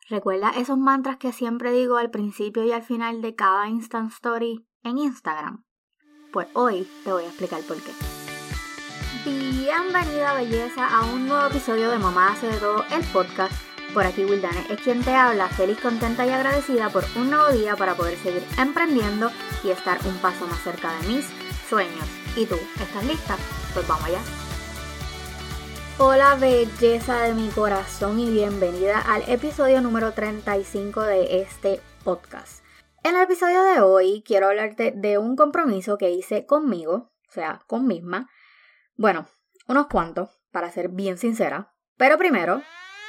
¿Recuerda esos mantras que siempre digo al principio y al final de cada Instant Story en Instagram? Pues hoy te voy a explicar por qué. Bienvenida, belleza, a un nuevo episodio de Mamá Hace de Todo, el podcast. Por aquí Wildane es quien te habla, feliz, contenta y agradecida por un nuevo día para poder seguir emprendiendo y estar un paso más cerca de mis sueños. ¿Y tú? ¿Estás lista? Pues vamos allá. Hola, belleza de mi corazón, y bienvenida al episodio número 35 de este podcast. En el episodio de hoy quiero hablarte de un compromiso que hice conmigo, o sea, con misma. Bueno, unos cuantos, para ser bien sincera. Pero primero,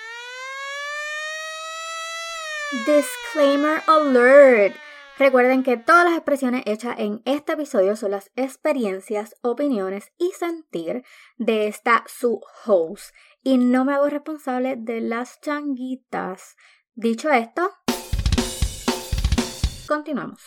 disclaimer alert. Recuerden que todas las expresiones hechas en este episodio son las experiencias, opiniones y sentir de esta su host. Y no me hago responsable de las changuitas. Dicho esto, continuamos.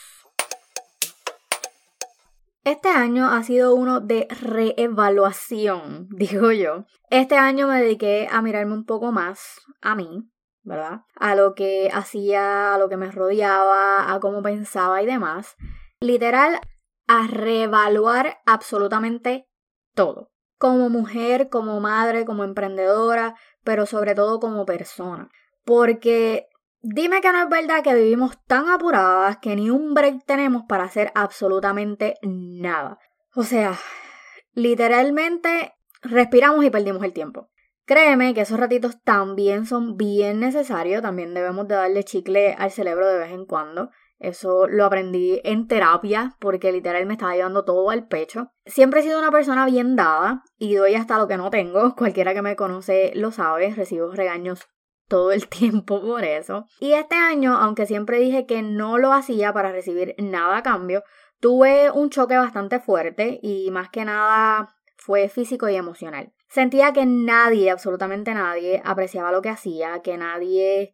Este año ha sido uno de reevaluación, digo yo. Este año me dediqué a mirarme un poco más a mí, ¿verdad? A lo que hacía, a lo que me rodeaba, a cómo pensaba y demás. Literal, a reevaluar absolutamente todo. Como mujer, como madre, como emprendedora, pero sobre todo como persona. Porque dime que no es verdad que vivimos tan apuradas que ni un break tenemos para hacer absolutamente nada. O sea, literalmente respiramos y perdimos el tiempo. Créeme que esos ratitos también son bien necesarios, también debemos de darle chicle al cerebro de vez en cuando. Eso lo aprendí en terapia porque literal me estaba llevando todo al pecho. Siempre he sido una persona bien dada y doy hasta lo que no tengo. Cualquiera que me conoce lo sabe, recibo regaños todo el tiempo por eso. Y este año, aunque siempre dije que no lo hacía para recibir nada a cambio, tuve un choque bastante fuerte y más que nada fue físico y emocional. Sentía que nadie, absolutamente nadie, apreciaba lo que hacía, que nadie,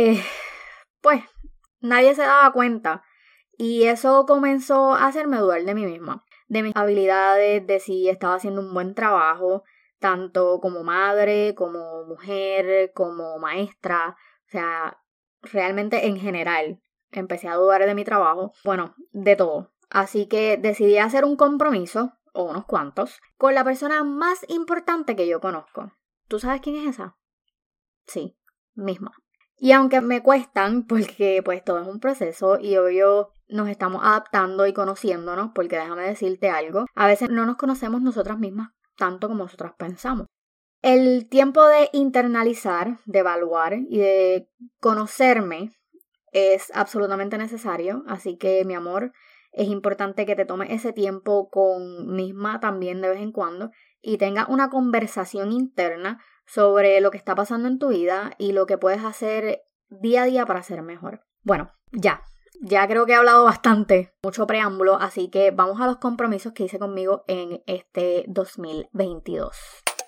nadie se daba cuenta. Y eso comenzó a hacerme dudar de mí misma, de mis habilidades, de si estaba haciendo un buen trabajo, tanto como madre, como mujer, como maestra. O sea, realmente en general empecé a dudar de mi trabajo, bueno, de todo. Así que decidí hacer un compromiso, o unos cuantos, con la persona más importante que yo conozco. ¿Tú sabes quién es esa? Sí, misma. Y aunque me cuestan, porque pues todo es un proceso y obvio nos estamos adaptando y conociéndonos, porque déjame decirte algo, a veces no nos conocemos nosotras mismas tanto como nosotras pensamos. El tiempo de internalizar, de evaluar y de conocerme es absolutamente necesario, así que mi amor, es importante que te tomes ese tiempo con misma también de vez en cuando y tengas una conversación interna sobre lo que está pasando en tu vida y lo que puedes hacer día a día para ser mejor. Bueno, ya creo que he hablado bastante, mucho preámbulo, así que vamos a los compromisos que hice conmigo en este 2022.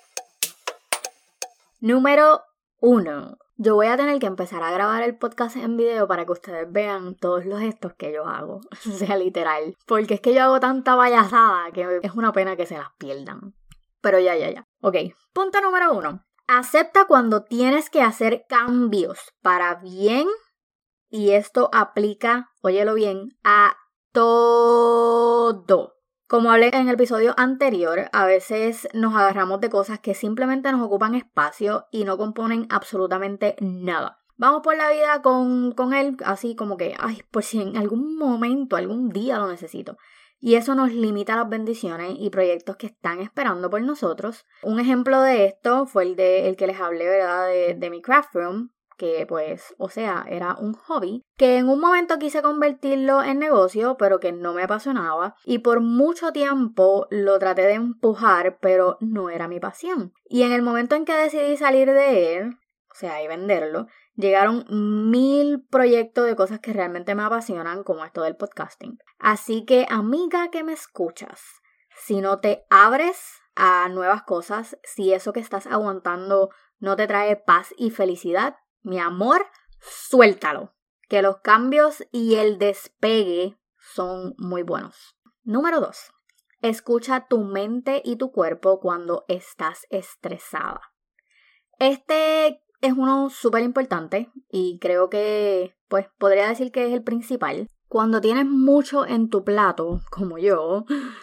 Número 1. Yo voy a tener que empezar a grabar el podcast en video para que ustedes vean todos los gestos que yo hago. O sea, literal. Porque es que yo hago tanta payasada que es una pena que se las pierdan. Pero ya. Ok, punto número 1. Acepta cuando tienes que hacer cambios para bien. Y esto aplica, óyelo bien, a todo. Como hablé en el episodio anterior, a veces nos agarramos de cosas que simplemente nos ocupan espacio y no componen absolutamente nada. Vamos por la vida con él así como que, por si en algún momento, algún día lo necesito. Y eso nos limita las bendiciones y proyectos que están esperando por nosotros. Un ejemplo de esto fue el que les hablé, ¿verdad? De mi craft room, que pues, o sea, era un hobby, que en un momento quise convertirlo en negocio, pero que no me apasionaba, y por mucho tiempo lo traté de empujar, pero no era mi pasión. Y en el momento en que decidí salir de él, o sea, y venderlo, llegaron 1000 proyectos de cosas que realmente me apasionan, como esto del podcasting. Así que, amiga que me escuchas, si no te abres a nuevas cosas, si eso que estás aguantando no te trae paz y felicidad, mi amor, suéltalo, que los cambios y el despegue son muy buenos. Número 2. Escucha tu mente y tu cuerpo cuando estás estresada. Este es uno súper importante y creo que, pues, podría decir que es el principal. Cuando tienes mucho en tu plato, como yo,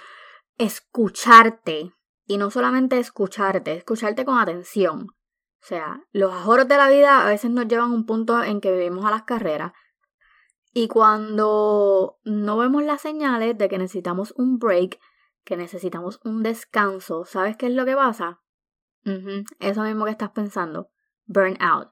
escucharte, y no solamente escucharte con atención. O sea, los ajoros de la vida a veces nos llevan a un punto en que vivimos a las carreras y cuando no vemos las señales de que necesitamos un break, que necesitamos un descanso, ¿sabes qué es lo que pasa? Eso mismo que estás pensando, burnout.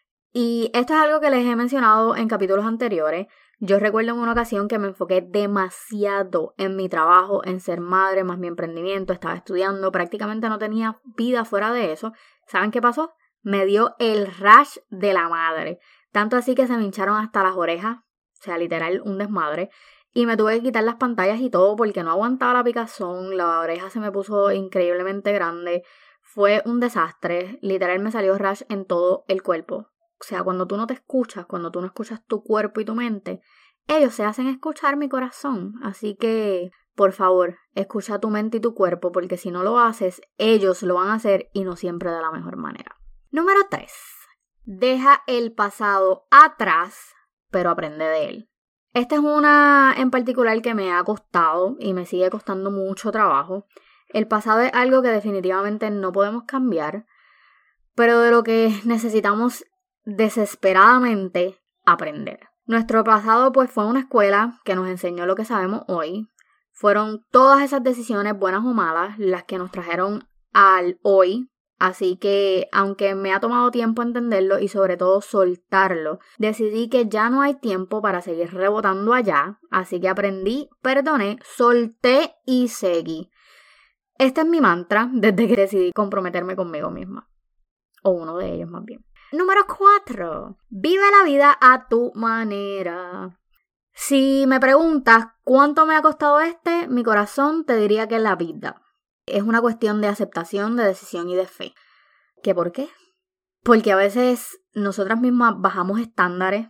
Y esto es algo que les he mencionado en capítulos anteriores. Yo recuerdo en una ocasión que me enfoqué demasiado en mi trabajo, en ser madre, más mi emprendimiento, estaba estudiando, prácticamente no tenía vida fuera de eso. ¿Saben qué pasó? Me dio el rash de la madre. Tanto así que se me hincharon hasta las orejas, o sea, literal, un desmadre. Y me tuve que quitar las pantallas y todo porque no aguantaba la picazón, la oreja se me puso increíblemente grande. Fue un desastre, literal me salió rash en todo el cuerpo. O sea, cuando tú no te escuchas, cuando tú no escuchas tu cuerpo y tu mente, ellos se hacen escuchar mi corazón. Así que, por favor, escucha tu mente y tu cuerpo, porque si no lo haces, ellos lo van a hacer y no siempre de la mejor manera. Número 3. Deja el pasado atrás, pero aprende de él. Esta es una en particular que me ha costado y me sigue costando mucho trabajo. El pasado es algo que definitivamente no podemos cambiar, pero de lo que necesitamos desesperadamente aprender. Nuestro pasado pues fue una escuela que nos enseñó lo que sabemos hoy. Fueron todas esas decisiones, buenas o malas, las que nos trajeron al hoy. Así que, aunque me ha tomado tiempo entenderlo y sobre todo soltarlo, decidí que ya no hay tiempo para seguir rebotando allá. Así que aprendí, perdoné, solté y seguí. Este es mi mantra desde que decidí comprometerme conmigo misma. O uno de ellos más bien. Número 4. Vive la vida a tu manera. Si me preguntas cuánto me ha costado mi corazón te diría que es la vida. Es una cuestión de aceptación, de decisión y de fe. ¿Qué por qué? Porque a veces nosotras mismas bajamos estándares,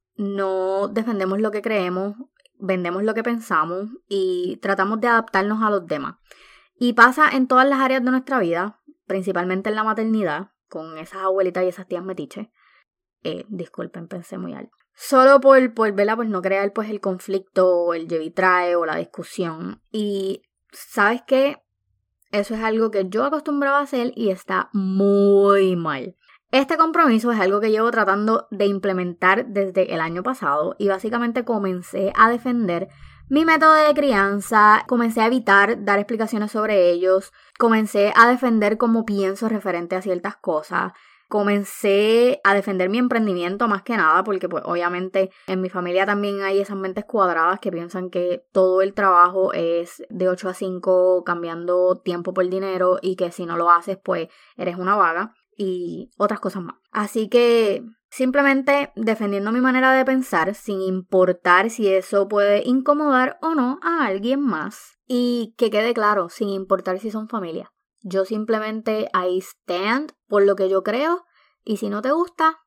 no defendemos lo que creemos, vendemos lo que pensamos y tratamos de adaptarnos a los demás. Y pasa en todas las áreas de nuestra vida, principalmente en la maternidad, con esas abuelitas y esas tías metiches. Disculpen, pensé muy alto. Solo por ¿verdad? Pues no crear pues el conflicto o el lleve y trae o la discusión. Y ¿sabes qué? Eso es algo que yo acostumbraba a hacer y está muy mal. Este compromiso es algo que llevo tratando de implementar desde el año pasado y básicamente comencé a defender mi método de crianza, comencé a evitar dar explicaciones sobre ellos, comencé a defender cómo pienso referente a ciertas cosas, comencé a defender mi emprendimiento más que nada porque pues obviamente en mi familia también hay esas mentes cuadradas que piensan que todo el trabajo es de 8 a 5 cambiando tiempo por dinero y que si no lo haces pues eres una vaga y otras cosas más. Así que simplemente defendiendo mi manera de pensar sin importar si eso puede incomodar o no a alguien más. Y que quede claro, sin importar si son familia. Yo simplemente I stand por lo que yo creo y si no te gusta,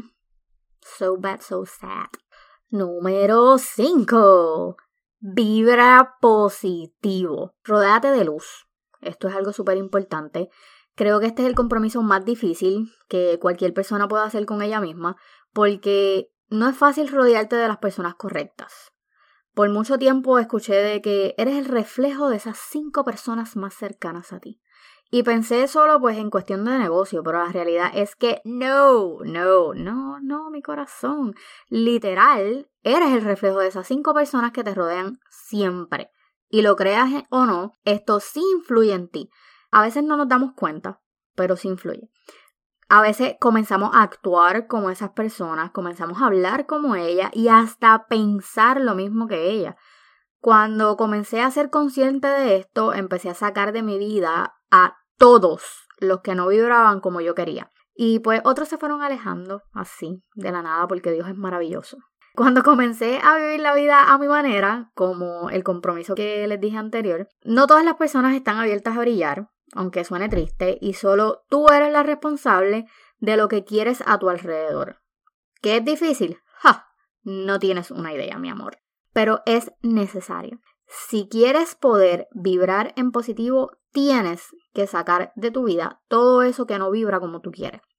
so bad, so sad. Número 5. Vibra positivo. Rodéate de luz. Esto es algo súper importante. Creo que este es el compromiso más difícil que cualquier persona pueda hacer con ella misma porque no es fácil rodearte de las personas correctas. Por mucho tiempo escuché de que eres el reflejo de esas 5 personas más cercanas a ti. Y pensé solo pues en cuestión de negocio, pero la realidad es que no, mi corazón. Literal, eres el reflejo de esas 5 personas que te rodean siempre. Y lo creas o no, esto sí influye en ti. A veces no nos damos cuenta, pero sí influye. A veces comenzamos a actuar como esas personas, comenzamos a hablar como ella y hasta pensar lo mismo que ella. Cuando comencé a ser consciente de esto, empecé a sacar de mi vida a todos los que no vibraban como yo quería. Y pues otros se fueron alejando así, de la nada, porque Dios es maravilloso. Cuando comencé a vivir la vida a mi manera, como el compromiso que les dije anterior, no todas las personas están abiertas a brillar, aunque suene triste, y solo tú eres la responsable de lo que quieres a tu alrededor. ¿Qué es difícil? No tienes una idea, mi amor. Pero es necesario. Si quieres poder vibrar en positivo, tienes que sacar de tu vida todo eso que no vibra como tú quieres.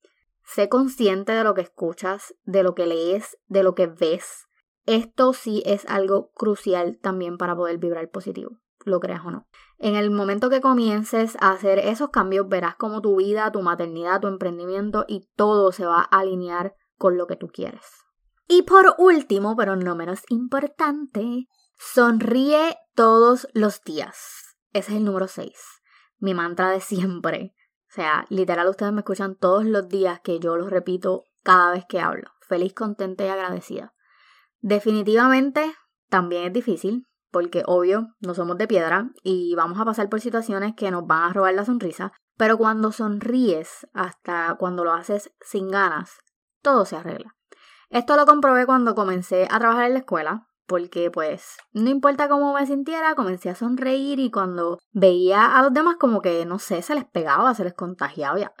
sé consciente de lo que escuchas, de lo que lees, de lo que ves. Esto sí es algo crucial también para poder vibrar positivo, lo creas o no. En el momento que comiences a hacer esos cambios, verás cómo tu vida, tu maternidad, tu emprendimiento y todo se va a alinear con lo que tú quieres. Y por último, pero no menos importante, sonríe todos los días. Ese es el número 6, mi mantra de siempre. O sea, literal, ustedes me escuchan todos los días que yo los repito cada vez que hablo. Feliz, contenta y agradecida. Definitivamente también es difícil, porque obvio, no somos de piedra y vamos a pasar por situaciones que nos van a robar la sonrisa, pero cuando sonríes, hasta cuando lo haces sin ganas, todo se arregla. Esto lo comprobé cuando comencé a trabajar en la escuela, porque pues no importa cómo me sintiera, comencé a sonreír y cuando veía a los demás como que, no sé, se les pegaba, se les contagiaba.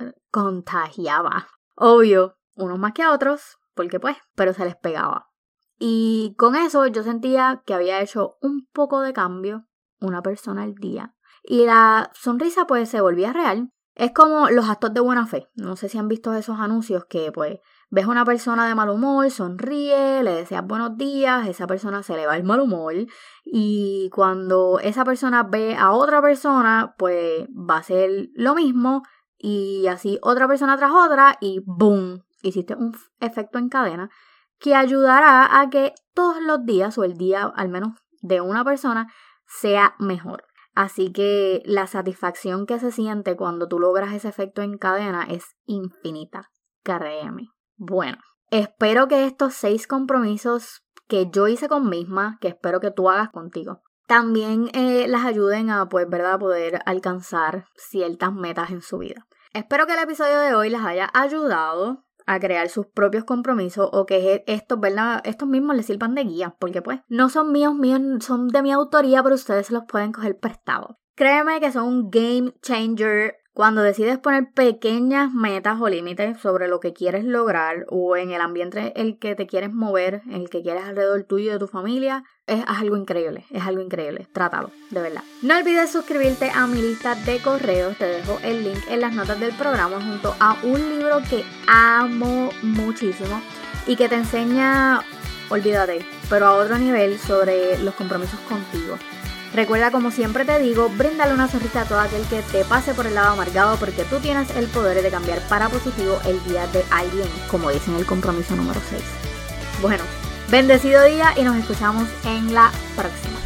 Obvio, unos más que a otros, porque pues, pero se les pegaba. Y con eso yo sentía que había hecho un poco de cambio, una persona al día. Y la sonrisa pues se volvía real. Es como los actos de buena fe. No sé si han visto esos anuncios que pues ves a una persona de mal humor, sonríe, le deseas buenos días, esa persona se le va el mal humor. Y cuando esa persona ve a otra persona, pues va a hacer lo mismo. Y así otra persona tras otra y ¡boom! Hiciste un efecto en cadena que ayudará a que todos los días o el día al menos de una persona sea mejor. Así que la satisfacción que se siente cuando tú logras ese efecto en cadena es infinita, créeme. Bueno, espero que estos 6 compromisos que yo hice con misma, que espero que tú hagas contigo, también las ayuden a poder alcanzar ciertas metas en su vida. Espero que el episodio de hoy les haya ayudado a crear sus propios compromisos o que estos mismos les sirvan de guía, porque pues no son míos, son de mi autoría, pero ustedes se los pueden coger prestados. Créeme que son un game changer cuando decides poner pequeñas metas o límites sobre lo que quieres lograr o en el ambiente en el que te quieres mover, en el que quieres alrededor tuyo y de tu familia. Es algo increíble, trátalo, de verdad. No olvides suscribirte a mi lista de correos, te dejo el link en las notas del programa junto a un libro que amo muchísimo y que te enseña, olvídate, pero a otro nivel sobre los compromisos contigo. Recuerda, como siempre te digo, bríndale una sonrisa a todo aquel que te pase por el lado amargado porque tú tienes el poder de cambiar para positivo el día de alguien, como dice en el compromiso número 6. Bueno, bendecido día y nos escuchamos en la próxima.